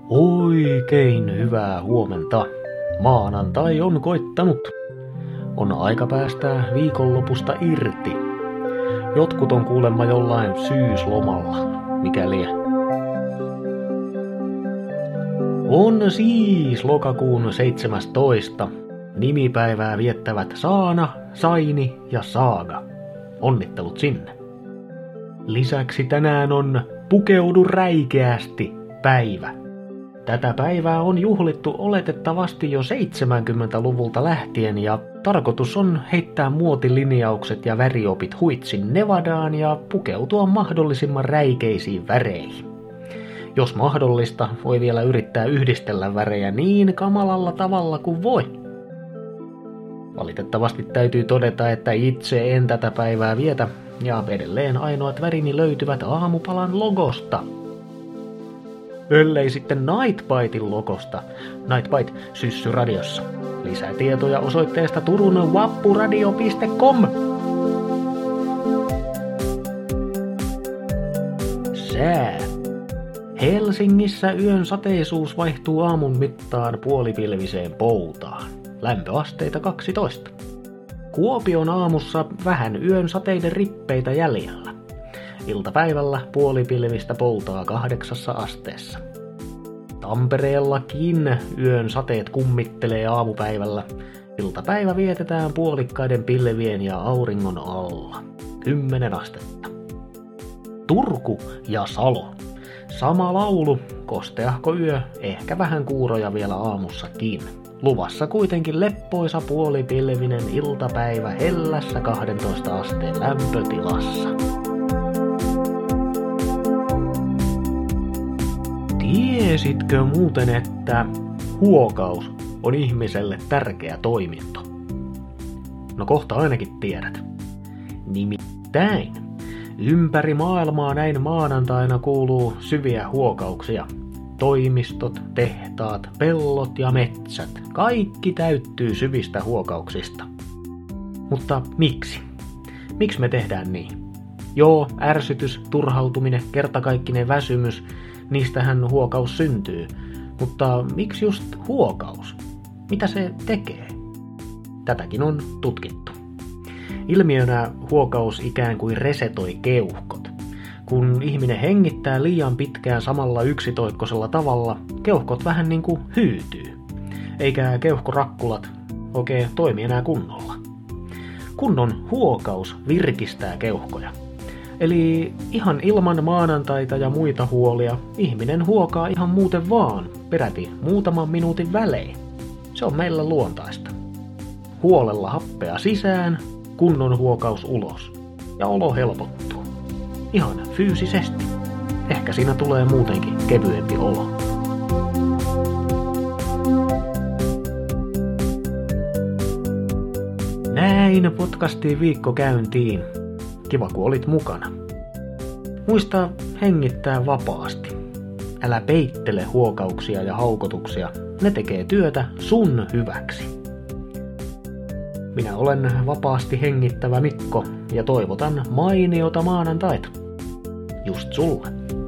Oikein hyvää huomenta. Maanantai on koittanut. On aika päästää viikonlopusta irti. Jotkut on kuulemma jollain syyslomalla, mikäli. On siis lokakuun 17. Nimipäivää viettävät Saana, Saini ja Saaga. Onnittelut sinne. Lisäksi tänään on Pukeudu räikeästi päivä. Tätä päivää on juhlittu oletettavasti jo 70-luvulta lähtien ja tarkoitus on heittää muotilinjaukset ja väriopit huitsin Nevadaan ja pukeutua mahdollisimman räikeisiin väreihin. Jos mahdollista, voi vielä yrittää yhdistellä värejä niin kamalalla tavalla kuin voi. Valitettavasti täytyy todeta, että itse en tätä päivää vietä ja edelleen ainoat värini löytyvät aamupalan logosta. Ellei sitten Nightbitein logosta. Nightbite Syssy radiossa. Lisää tietoja osoitteesta turunvappuradio.com. Sää. Helsingissä yön sateisuus vaihtuu aamun mittaan puolipilviseen poutaan. Lämpöasteita 12. Kuopion aamussa vähän yön sateiden rippeitä jäljellä. Iltapäivällä puolipilvistä poutaa 8 asteessa. Tampereellakin yön sateet kummittelee aamupäivällä. Iltapäivä vietetään puolikkaiden pilvien ja auringon alla. 10 astetta. Turku ja Salo. Sama laulu, kosteahko yö, ehkä vähän kuuroja vielä aamussakin. Luvassa kuitenkin leppoisa puolipilvinen iltapäivä hellässä 12 asteen lämpötilassa. Tiesitkö muuten, että huokaus on ihmiselle tärkeä toiminto? No kohta ainakin tiedät. Nimittäin ympäri maailmaa näin maanantaina kuuluu syviä huokauksia. Toimistot, tehtaat, pellot ja metsät, kaikki täyttyy syvistä huokauksista. Mutta miksi? Miksi me tehdään niin? Joo, ärsytys, turhautuminen, kertakaikkinen väsymys, niistähän huokaus syntyy. Mutta miksi just huokaus? Mitä se tekee? Tätäkin on tutkittu. Ilmiönä huokaus ikään kuin resetoi keuhkot. Kun ihminen hengittää liian pitkään samalla yksitoikkoisella tavalla, keuhkot vähän niin kuin hyytyy. Eikä keuhkorakkulat oikein toimi enää kunnolla. Kunnon huokaus virkistää keuhkoja. Eli ihan ilman maanantaita ja muita huolia, ihminen huokaa ihan muuten vaan, peräti muutaman minuutin välein. Se on meillä luontaista. Huolella happea sisään, kunnon huokaus ulos. Ja olo helpottuu. Ihan fyysisesti. Ehkä siinä tulee muutenkin kevyempi olo. Näin podcastiin viikko käyntiin. Kiva kun olit mukana. Muista hengittää vapaasti. Älä peittele huokauksia ja haukotuksia. Ne tekee työtä sun hyväksi. Minä olen vapaasti hengittävä Mikko ja toivotan mainiota maanantaita. Just sulle.